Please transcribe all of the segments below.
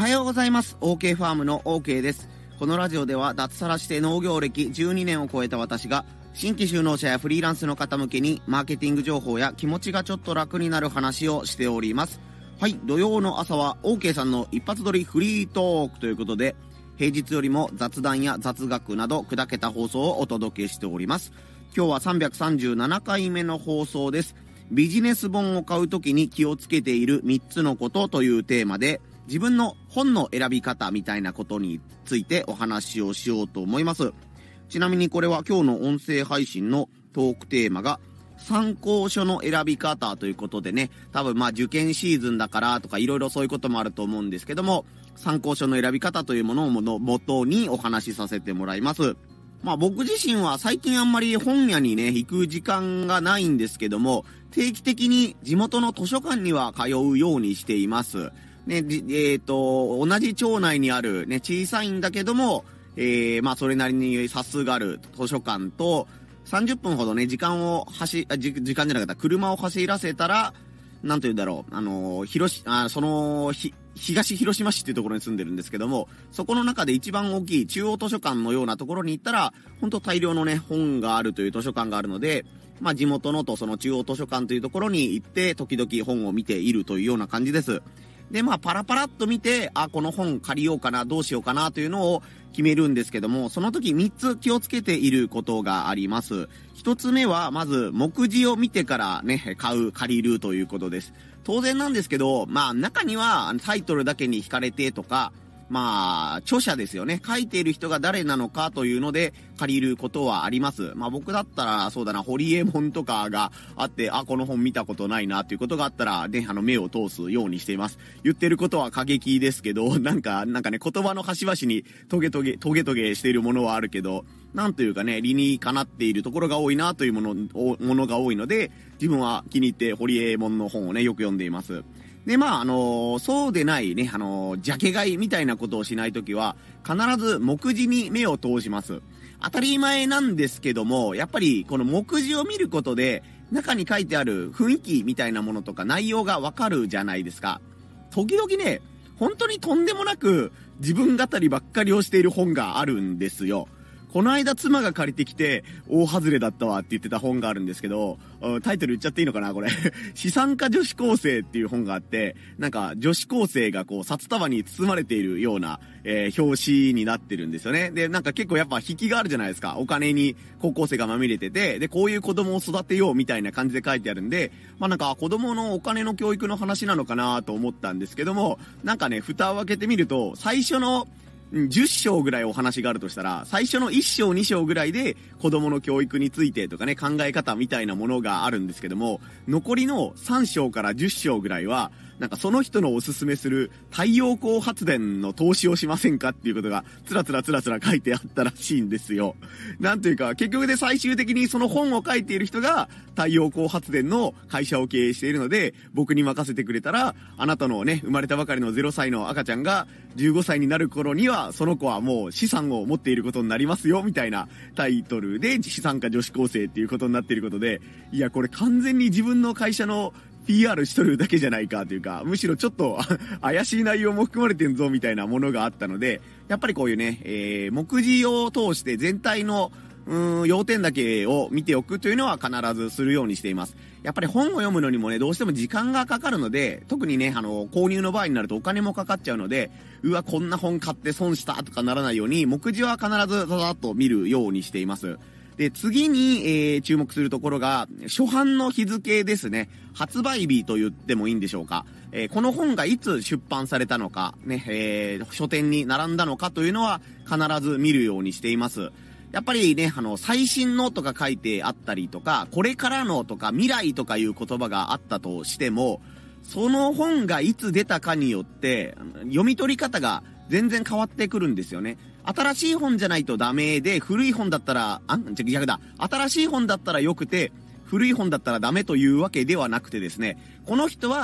はようございます。OK ファームの OK です。このラジオでは脱サラして農業歴12年を超えた私が新規就農者やフリーランスの方向けにマーケティング情報や気持ちがちょっと楽になる話をしております。はい、土曜の朝は OK さんの一発撮りフリートークということで、平日よりも雑談や雑学など砕けた放送をお届けしております。今日は337回目の放送です。ビジネス本を買うときに気をつけている3つのことというテーマで、自分の本の選び方みたいなことについてお話をしようと思います。ちなみにこれは今日の音声配信のトークテーマが参考書の選び方ということでね、多分受験シーズンだからとかいろいろそういうこともあると思うんですけども、参考書の選び方というものを元にお話しさせてもらいます。僕自身は最近あんまり本屋にね行く時間がないんですけども、定期的に地元の図書館には通うようにしています。ね、同じ町内にあるね、小さいんだけども、それなりに冊数がある図書館と、30分ほどね、時間じゃなかった、車を走らせたら、なんというんだろう、東広島市っていうところに住んでるんですけども、そこの中で一番大きい中央図書館のようなところに行ったら、ほんと大量のね、本があるという図書館があるので、地元のとその中央図書館というところに行って、時々本を見ているというような感じです。で、パラパラっと見て、この本借りようかな、どうしようかなというのを決めるんですけども、その時3つ気をつけていることがあります。1つ目は、まず、目次を見てからね、借りるということです。当然なんですけど、中には、タイトルだけに惹かれてとか、著者ですよね。書いている人が誰なのかというので借りることはあります。僕だったら、そうだな、ホリエモンとかがあって、この本見たことないなということがあったら、ね、目を通すようにしています。言ってることは過激ですけど、なんかね、言葉の端々にトゲトゲしているものはあるけど、なんというかね、理にかなっているところが多いなというものが多いので、自分は気に入ってホリエモンの本をね、よく読んでいます。で、そうでないね、ジャケ買いみたいなことをしないときは、必ず目次に目を通します。当たり前なんですけども、やっぱりこの目次を見ることで、中に書いてある雰囲気みたいなものとか内容がわかるじゃないですか。時々ね、本当にとんでもなく自分語りばっかりをしている本があるんですよ。この間妻が借りてきて大外れだったわって言ってた本があるんですけど、タイトル言っちゃっていいのかなこれ資産家女子高生っていう本があって、なんか女子高生が札束に包まれているような、表紙になってるんですよね。で、なんか結構やっぱ引きがあるじゃないですか。お金に高校生がまみれてて、で、こういう子供を育てようみたいな感じで書いてあるんで、なんか子供のお金の教育の話なのかなと思ったんですけども、なんかね、蓋を開けてみると、最初の10章ぐらいお話があるとしたら、最初の1章2章ぐらいで子供の教育についてとかね、考え方みたいなものがあるんですけども、残りの3章から10章ぐらいは、なんかその人のおすすめする太陽光発電の投資をしませんかっていうことがつらつら書いてあったらしいんですよ。なんというか、結局で最終的にその本を書いている人が太陽光発電の会社を経営しているので、僕に任せてくれたら、あなたのね、生まれたばかりの0歳の赤ちゃんが15歳になる頃には、その子はもう資産を持っていることになりますよ、みたいなタイトルで資産家女子高生っていうことになっていることで、いや、これ完全に自分の会社のPR しとるだけじゃないかというか、むしろちょっと怪しい内容も含まれてんぞみたいなものがあったので、やっぱりこういうね、目次を通して全体の要点だけを見ておくというのは必ずするようにしています。やっぱり本を読むのにもね、どうしても時間がかかるので、特にね、購入の場合になるとお金もかかっちゃうので、こんな本買って損したとかならないように、目次は必ずざざっと見るようにしています。で、次に、注目するところが、初版の日付ですね。発売日と言ってもいいんでしょうか。この本がいつ出版されたのか、ね、書店に並んだのかというのは必ず見るようにしています。やっぱりね、最新のとか書いてあったりとか、これからのとか未来とかいう言葉があったとしても、その本がいつ出たかによって、読み取り方が全然変わってくるんですよね。新しい本じゃないとダメで、古い本だったら、逆だ。新しい本だったら良くて、古い本だったらダメというわけではなくてですね、この人は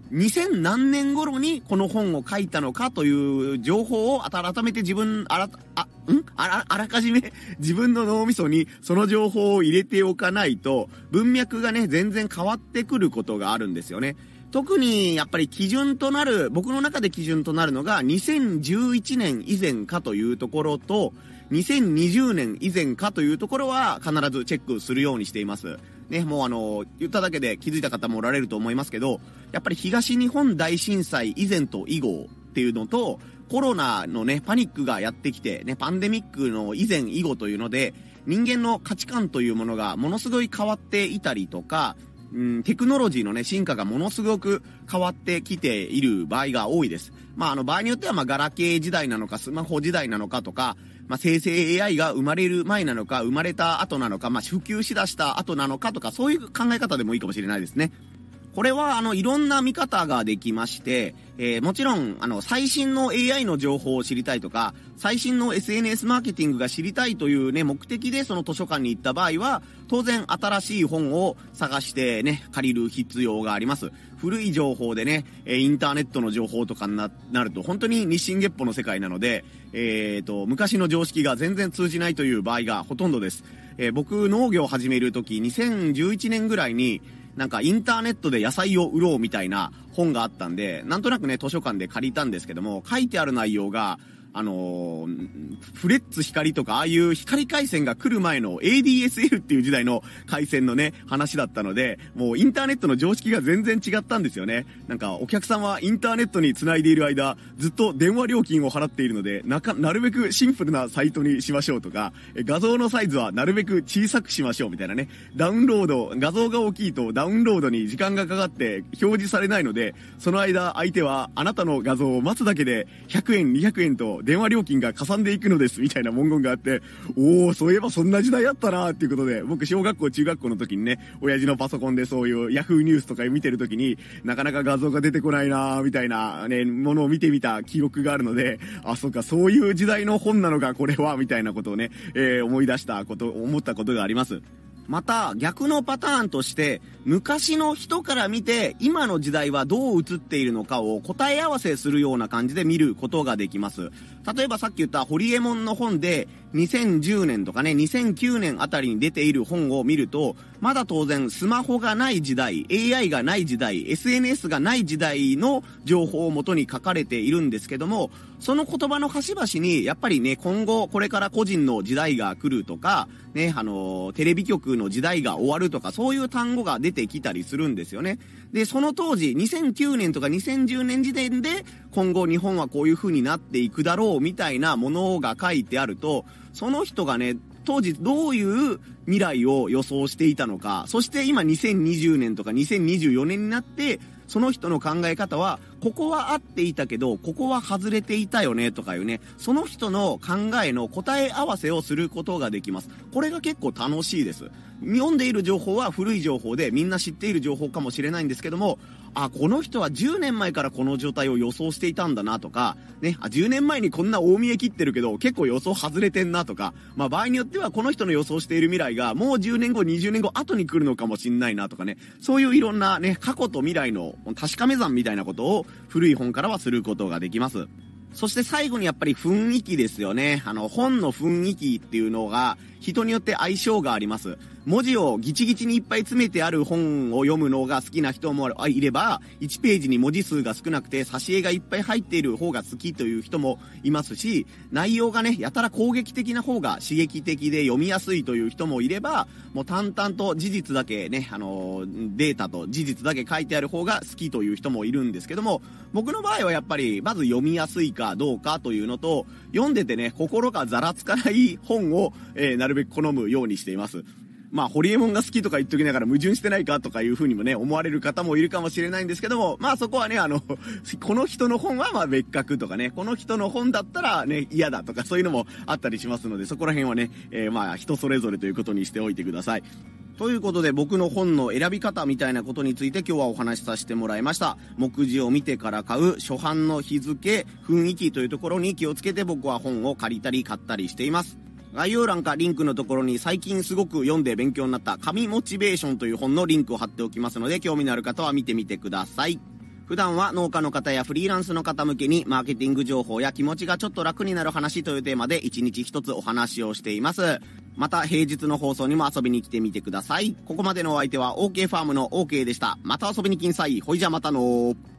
2000何年頃にこの本を書いたのかという情報を改めてあらかじめ自分の脳みそにその情報を入れておかないと、文脈がね、全然変わってくることがあるんですよね。特にやっぱり僕の中で基準となるのが2011年以前かというところと、2020年以前かというところは必ずチェックするようにしています。ね、もう言っただけで気づいた方もおられると思いますけど、やっぱり東日本大震災以前と以後っていうのと、コロナのね、パニックがやってきて、ね、パンデミックの以前以後というので、人間の価値観というものがものすごい変わっていたりとか、テクノロジーのね、進化がものすごく変わってきている場合が多いです。場合によっては、ガラケー時代なのか、スマホ時代なのかとか、生成 AI が生まれる前なのか、生まれた後なのか、普及しだした後なのかとか、そういう考え方でもいいかもしれないですね。これはいろんな見方ができまして、もちろん、最新の AI の情報を知りたいとか、最新の SNS マーケティングが知りたいというね、目的でその図書館に行った場合は、当然新しい本を探してね、借りる必要があります。古い情報でね、インターネットの情報とかになると、本当に日進月歩の世界なので、昔の常識が全然通じないという場合がほとんどです。僕、農業を始めるとき、2011年ぐらいに、なんかインターネットで野菜を売ろうみたいな本があったんで、なんとなくね、図書館で借りたんですけども、書いてある内容が、フレッツ光とか、ああいう光回線が来る前の ADSL っていう時代の回線のね、話だったので、もうインターネットの常識が全然違ったんですよね。なんか、お客さんはインターネットに繋いでいる間、ずっと電話料金を払っているので、なるべくシンプルなサイトにしましょうとか、画像のサイズはなるべく小さくしましょうみたいなね、画像が大きいとダウンロードに時間がかかって表示されないので、その間、相手はあなたの画像を待つだけで100円、200円と電話料金がかさんでいくのですみたいな文言があって、そういえばそんな時代あったなーっていうことで、僕小学校中学校の時にね、親父のパソコンでそういうヤフーニュースとか見てる時になかなか画像が出てこないなーみたいなね、ものを見てみた記憶があるので、そうか、そういう時代の本なのかこれはみたいなことをね、思ったことがあります。また、逆のパターンとして、昔の人から見て、今の時代はどう映っているのかを答え合わせするような感じで見ることができます。例えばさっき言ったホリエモンの本で、2010年とかね、2009年あたりに出ている本を見ると、まだ当然スマホがない時代、AI がない時代、SNS がない時代の情報をもとに書かれているんですけども、その言葉の端々に、やっぱりね、今後これから個人の時代が来るとか、ね、テレビ局の時代が終わるとか、そういう単語が出てきたりするんですよね。で、その当時、2009年とか2010年時点で、今後日本はこういう風になっていくだろうみたいなものが書いてあると、その人がね、当時どういう未来を予想していたのか、そして今2020年とか2024年になって、その人の考え方は、ここは合っていたけど、ここは外れていたよねとかいうね、その人の考えの答え合わせをすることができます。これが結構楽しいです。読んでいる情報は古い情報でみんな知っている情報かもしれないんですけども、この人は10年前からこの状態を予想していたんだなとか、ね、10年前にこんな大見え切ってるけど結構予想外れてんなとか、場合によってはこの人の予想している未来がもう10年後、20年後後に来るのかもしんないなとかね、そういういろんなね、過去と未来の確かめ算みたいなことを古い本からはすることができます。そして最後にやっぱり雰囲気ですよね。本の雰囲気っていうのが人によって相性があります。文字をギチギチにいっぱい詰めてある本を読むのが好きな人もいれば、1ページに文字数が少なくて挿絵がいっぱい入っている方が好きという人もいますし、内容がね、やたら攻撃的な方が刺激的で読みやすいという人もいれば、もう淡々と事実だけね、データと事実だけ書いてある方が好きという人もいるんですけども、僕の場合はやっぱりまず読みやすいかどうかというのと、読んでてね、心がざらつかない本を、なるべく好むようにしています。ホリエモンが好きとか言っときながら矛盾してないかとかいう風にもね、思われる方もいるかもしれないんですけども、そこはね、この人の本は別格とかね、この人の本だったらね、嫌だとかそういうのもあったりしますので、そこら辺はね、人それぞれということにしておいてください。ということで僕の本の選び方みたいなことについて今日はお話しさせてもらいました。目次を見てから買う、初版の日付、雰囲気というところに気をつけて僕は本を借りたり買ったりしています。概要欄かリンクのところに最近すごく読んで勉強になった紙モチベーションという本のリンクを貼っておきますので、興味のある方は見てみてください。 普段は農家の方やフリーランスの方向けにマーケティング情報や気持ちがちょっと楽になる話というテーマで1日1つお話をしています。また平日の放送にも遊びに来てみてください。ここまでのお相手は OK ファームの OK でした。また遊びに来んさい。ほいじゃまたのー。